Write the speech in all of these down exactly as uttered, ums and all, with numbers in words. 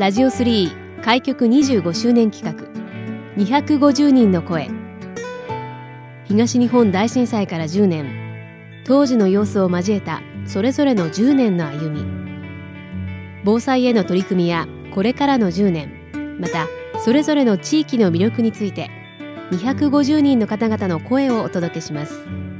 ラジオスリー開局にじゅうごしゅうねん企画にひゃくごじゅうにんの声。東日本大震災からじゅうねん、当時の様子を交えたそれぞれのじゅうねんの歩み、防災への取り組みやこれからのじゅうねん、またそれぞれの地域の魅力についてにひゃくごじゅうにんの方々の声をお届けします。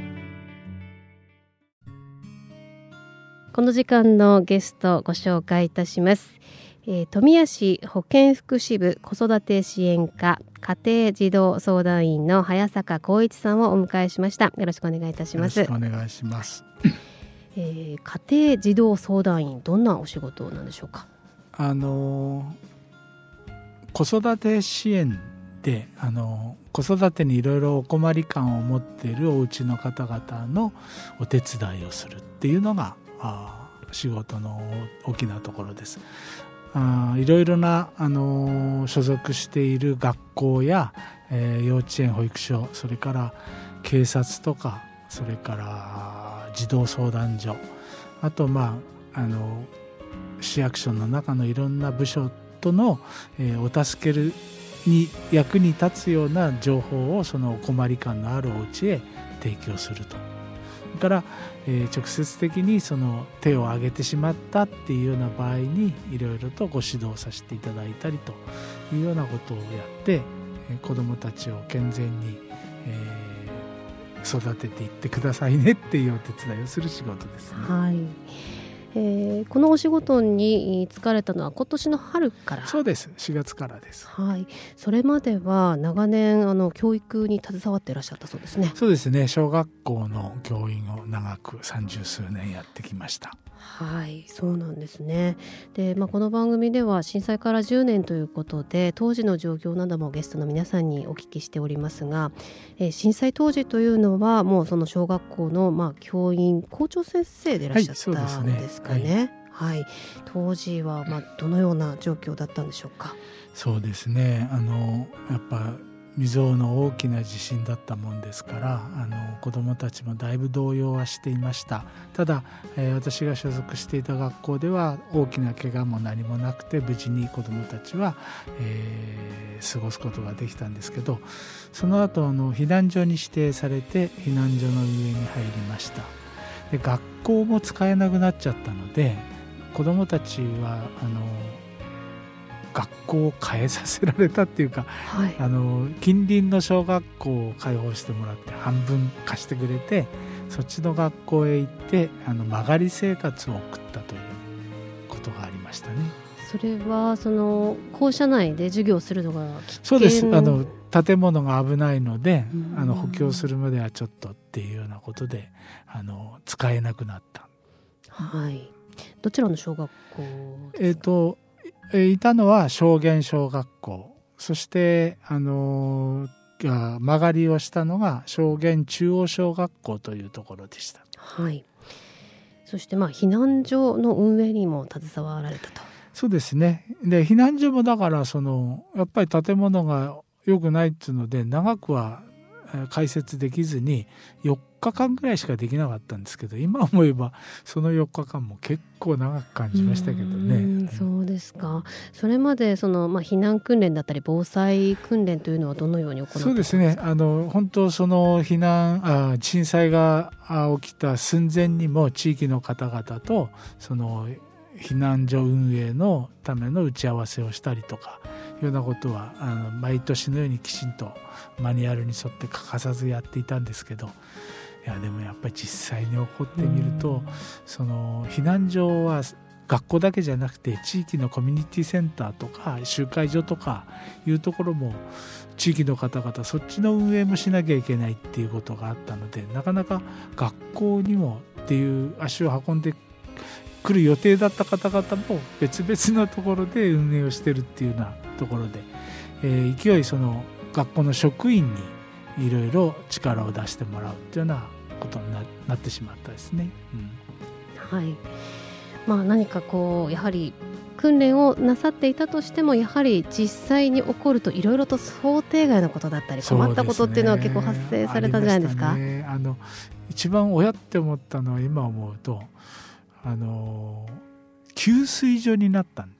この時間のゲストをご紹介いたします。えー、富谷市保健福祉部子育て支援課家庭児童相談員の早坂浩一さんをお迎えしました。よろしくお願いいたします。 よろしくお願いします。 えー、家庭児童相談員、どんなお仕事なんでしょうか？ あの子育て支援であの子育てにいろいろお困り感を持っているお家の方々のお手伝いをするっていうのがあ仕事の大きなところです。あいろいろなあの所属している学校や、えー、幼稚園保育所、それから警察とか、それから児童相談所、あと、まあ、あの市役所の中のいろんな部署との、えー、お助けるに役に立つような情報をそのお困り感のあるお家へ提供すると。それから、えー、直接的にその手を挙げてしまったっていうような場合にいろいろとご指導させていただいたりというようなことをやって、えー、子どもたちを健全に、えー、育てていってくださいねっていうお手伝いをする仕事ですね。 はい。えー、このお仕事に就かれたのは今年の春から？ そうです、しがつからです。 はい、それまでは長年あの教育に携わっていらっしゃったそうですね。 そうですね、小学校の教員を長く三十数年やってきました。 はい、そうなんですね。で、まあ、この番組では震災からじゅうねんということで当時の状況などもゲストの皆さんにお聞きしておりますが、えー、震災当時というのはもうその小学校のまあ教員、校長先生でいらっしゃったんですかね。はい、はい、当時はまあどのような状況だったんでしょうか？ そうですね、あのやっぱ未曾有の大きな地震だったもんですから、あの子どもたちもだいぶ動揺はしていました。ただ、えー、私が所属していた学校では大きな怪我も何もなくて無事に子どもたちは、えー、過ごすことができたんですけど、その後あの避難所に指定されて避難所の上に入りました。で、学校も使えなくなっちゃったので子どもたちはあの学校を変えさせられたっていうか、はい、あの近隣の小学校を開放してもらって半分貸してくれて、そっちの学校へ行ってあの間借り生活を送ったということがありましたね。 それはその校舎内で授業するのが危険？ そうです。あの建物が危ないので、あの補強するまではちょっとっていうようなことであの使えなくなった。 はい。どちらの小学校ですか？ えっといたのは証言小学校、そしてあの間借りをしたのが証言中央小学校というところでした。 はい。そしてまあ避難所の運営にも携わられたと。 そうですね。で、避難所もだからそのやっぱり建物が良くないっていうので長くは開設できずによっかかんぐらいしかできなかったんですけど、今思えばそのよっかかんも結構長く感じましたけどね。 うん、そうですか。それまでその、まあ、避難訓練だったり防災訓練というのはどのように行っていたんですか？ そうですね、あの本当その避難あ震災が起きた寸前にも地域の方々とその避難所運営のための打ち合わせをしたりとかいうようなことはあの毎年のようにきちんとマニュアルに沿って欠かさずやっていたんですけど、いやでもやっぱり実際に起こってみると、その避難所は学校だけじゃなくて地域のコミュニティセンターとか集会所とかいうところも地域の方々そっちの運営もしなきゃいけないっていうことがあったので、なかなか学校にもっていう足を運んで来る予定だった方々も別々のところで運営をしてるっていうようなところで、えー、勢いその学校の職員にいろいろ力を出してもらうっていうようなことに な, なってしまったですね。 うん、はい。まあ、何かこうやはり訓練をなさっていたとしてもやはり実際に起こるといろいろと想定外のことだったり困ったことっていうのは結構発生されたんじゃないですか？ ありましたね。あの一番親って思ったのは今思うとあの給水所になったんです。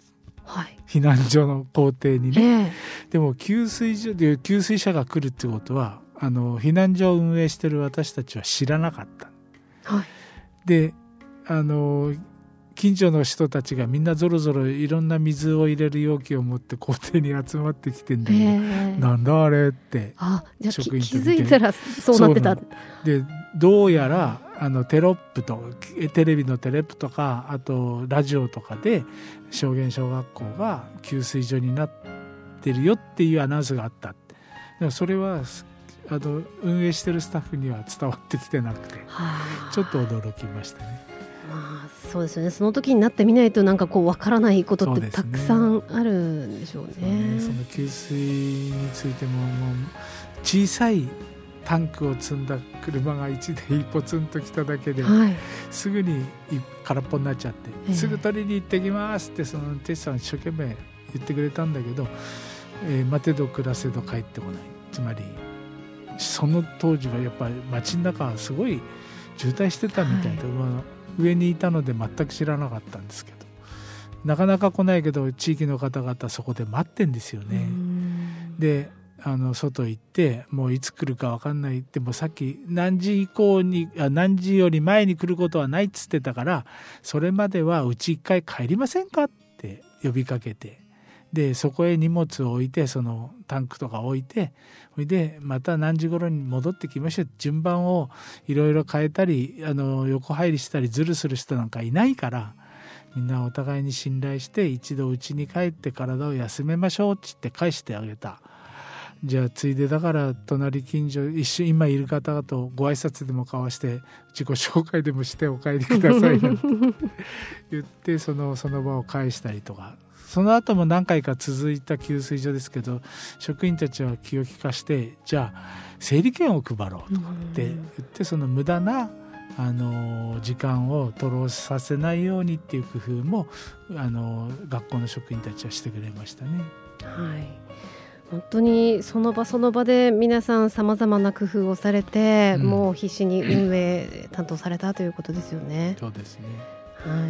はい、 避難所の校庭にね、 えー、 でも給水所で給水車が来るってことはあの避難所を運営してる私たちは知らなかった、 はい、であの近所の人たちがみんなぞろぞろいろんな水を入れる容器を持って校庭に集まってきてんだけど、えー、なんだあれってあじゃあ気づいたらそうなってた。 でどうやらあのテロップとテレビのテレップとかあとラジオとかで証言小学校が給水所になってるよっていうアナウンスがあった。でもそれはあの運営してるスタッフには伝わってきてなくてちょっと驚きましたね。 まあ、そうですよね。その時になってみないとなんかこう分からないことってたくさんあるんでしょうね。 そうね、その給水についても、もう小さいタンクを積んだ車がいちだいポツンと来ただけで、はい、すぐに空っぽになっちゃって、えー、すぐ取りに行ってきますってその運転手さん一生懸命言ってくれたんだけど、えー、待てど暮らせど帰ってこない。つまりその当時はやっぱり街の中はすごい渋滞してたみたいで、はい、まあ、上にいたので全く知らなかったんですけど、なかなか来ないけど地域の方々そこで待ってんですよね。であの外行ってもういつ来るか分かんない。でもさっき何時以降にあ何時より前に来ることはないっつってたから、それまではうち一回帰りませんかって呼びかけて、でそこへ荷物を置いてそのタンクとか置いて、それでまた何時頃に戻ってきましょう。順番をいろいろ変えたりあの横入りしたりズルする人なんかいないから、みんなお互いに信頼して一度家に帰って体を休めましょうって言って返してあげた。じゃあついでだから隣近所一緒今いる方々とご挨拶でも交わして自己紹介でもしてお帰りくださいなんて言ってそのその場を返したりとか、その後も何回か続いた給水所ですけど、職員たちは気を利かしてじゃあ整理券を配ろうとかって言ってその無駄なあの時間を取ろうさせないようにっていう工夫もあの学校の職員たちはしてくれましたね。 はい、本当にその場その場で皆さんさまざまな工夫をされて、うん、もう必死に運営担当されたということですよね。 そうですね、 はい、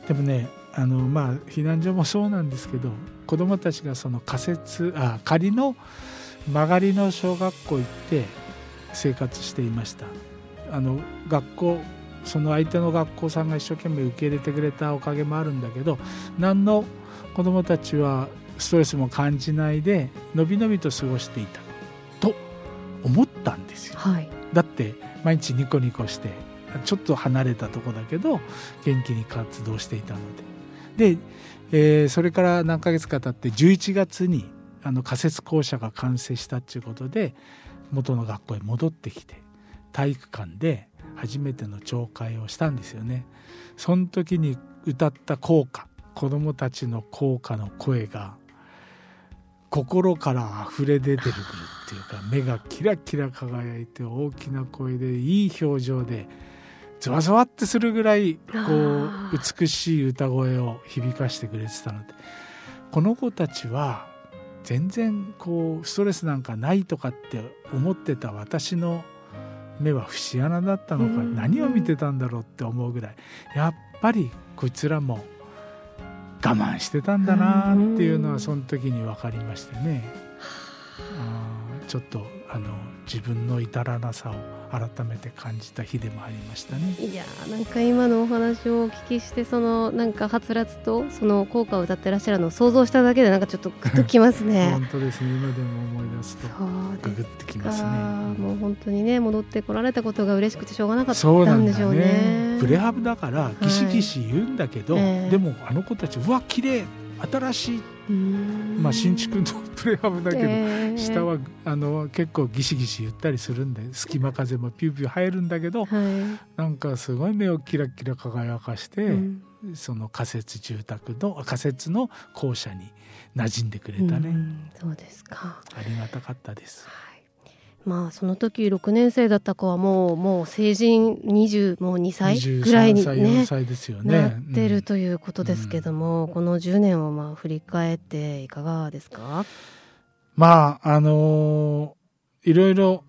でもねあの、まあ、避難所もそうなんですけど、子どもたちがその仮設あ仮の曲がりの小学校行って生活していました。あの学校その相手の学校さんが一生懸命受け入れてくれたおかげもあるんだけど、何の子どもたちはストレスも感じないでのびのびと過ごしていたと思ったんですよ、はい、だって毎日ニコニコしてちょっと離れたとこだけど元気に活動していたので、で、えー、それから何ヶ月か経ってじゅういちがつにあの仮設校舎が完成したということで元の学校へ戻ってきて体育館で初めての朝会をしたんですよね。その時に歌った校歌、子どもたちの校歌の声が心から溢れ出てるっていうか、目がキラキラ輝いて大きな声でいい表情でゾワゾワってするぐらいこう美しい歌声を響かしてくれてたので、この子たちは全然こうストレスなんかないとかって思ってた私の目は節穴だったのか、何を見てたんだろうって思うぐらい、やっぱりこいつらも我慢してたんだなっていうのはその時に分かりましてね。あちょっとあの自分の至らなさを改めて感じた日でもありましたね。 いやなんか今のお話をお聞きしてそのなんかはつらつとその校歌を歌ってらっしゃるのを想像しただけでなんかちょっとグッときますね本当ですね、今でも思い出すとググってきますね。 もう本当にね戻ってこられたことが嬉しくてしょうがなかったんでしょうね。そうなんだね、 プレハブだからギシギシ言うんだけど、はいえー、でもあの子たちうわ綺麗新しい、まあ、新築のプレハブだけど、えー、下はあの結構ギシギシ言ったりするんで隙間風もピューピュー入るんだけど、はい、なんかすごい目をキラキラ輝かして、うん、その仮設住宅の仮設の校舎に馴染んでくれたね、うん、 そうですか、 ありがたかったです、 はい。まあ、その時ろくねん生だった子はもう、もう成人にじゅうにさいぐらいに、ね、 にじゅうさんさいよんさいですよね、 なってるということですけども、うん、このじゅうねんをまあ振り返っていかがですか？ まああのー、いろいろ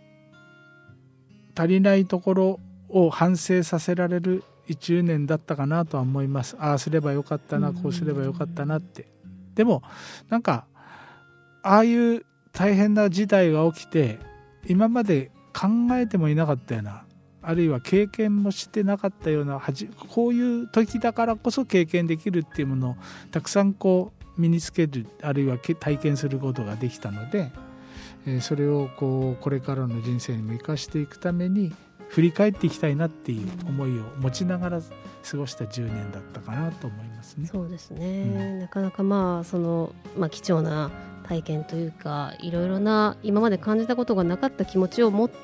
足りないところを反省させられるいちねんだったかなとは思います。ああすればよかったな、こうすればよかったなって。 でもなんかああいう大変な事態が起きて今まで考えてもいなかったような、あるいは経験もしてなかったような、こういう時だからこそ経験できるっていうものをたくさんこう身につける、あるいは体験することができたので、それをこうこれからの人生にも生かしていくために振り返っていきたいなっていう思いを持ちながら過ごしたじゅうねんだったかなと思いますね。 そうですね、うん、なかなかまあその、まあ、貴重な体験というか、いろいろな今まで感じたことがなかった気持ちを持って、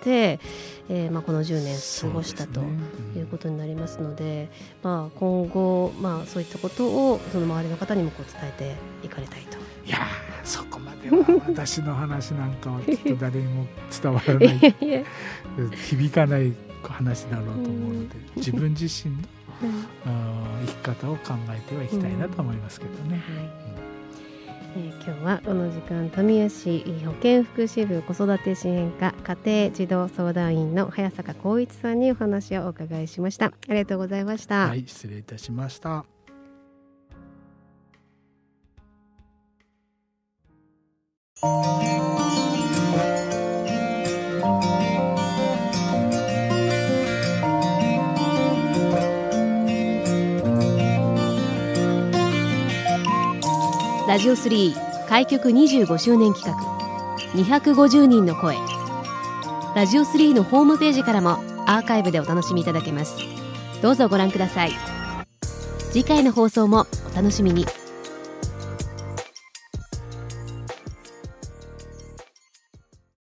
えーまあ、このじゅうねん過ごしたということになりますので、まあ、今後、まあ、そういったことをその周りの方にもこう伝えていかれたいと。 いやそこまでは私の話なんかはきっと誰にも伝わらない響かない話だろうと思うので、自分自身の生き方を考えてはいきたいなと思いますけどね。うん、はい、 えー、今日はこの時間、富谷市保健福祉部子育て支援課家庭児童相談員の早坂浩一さんにお話をお伺いしました。ありがとうございました。 はい、失礼いたしました。 ラジオスリー開局にじゅうごしゅうねん企画にひゃくごじゅうにんの声。ラジオスリーのホームページからもアーカイブでお楽しみいただけます。どうぞご覧ください。次回の放送もお楽しみに。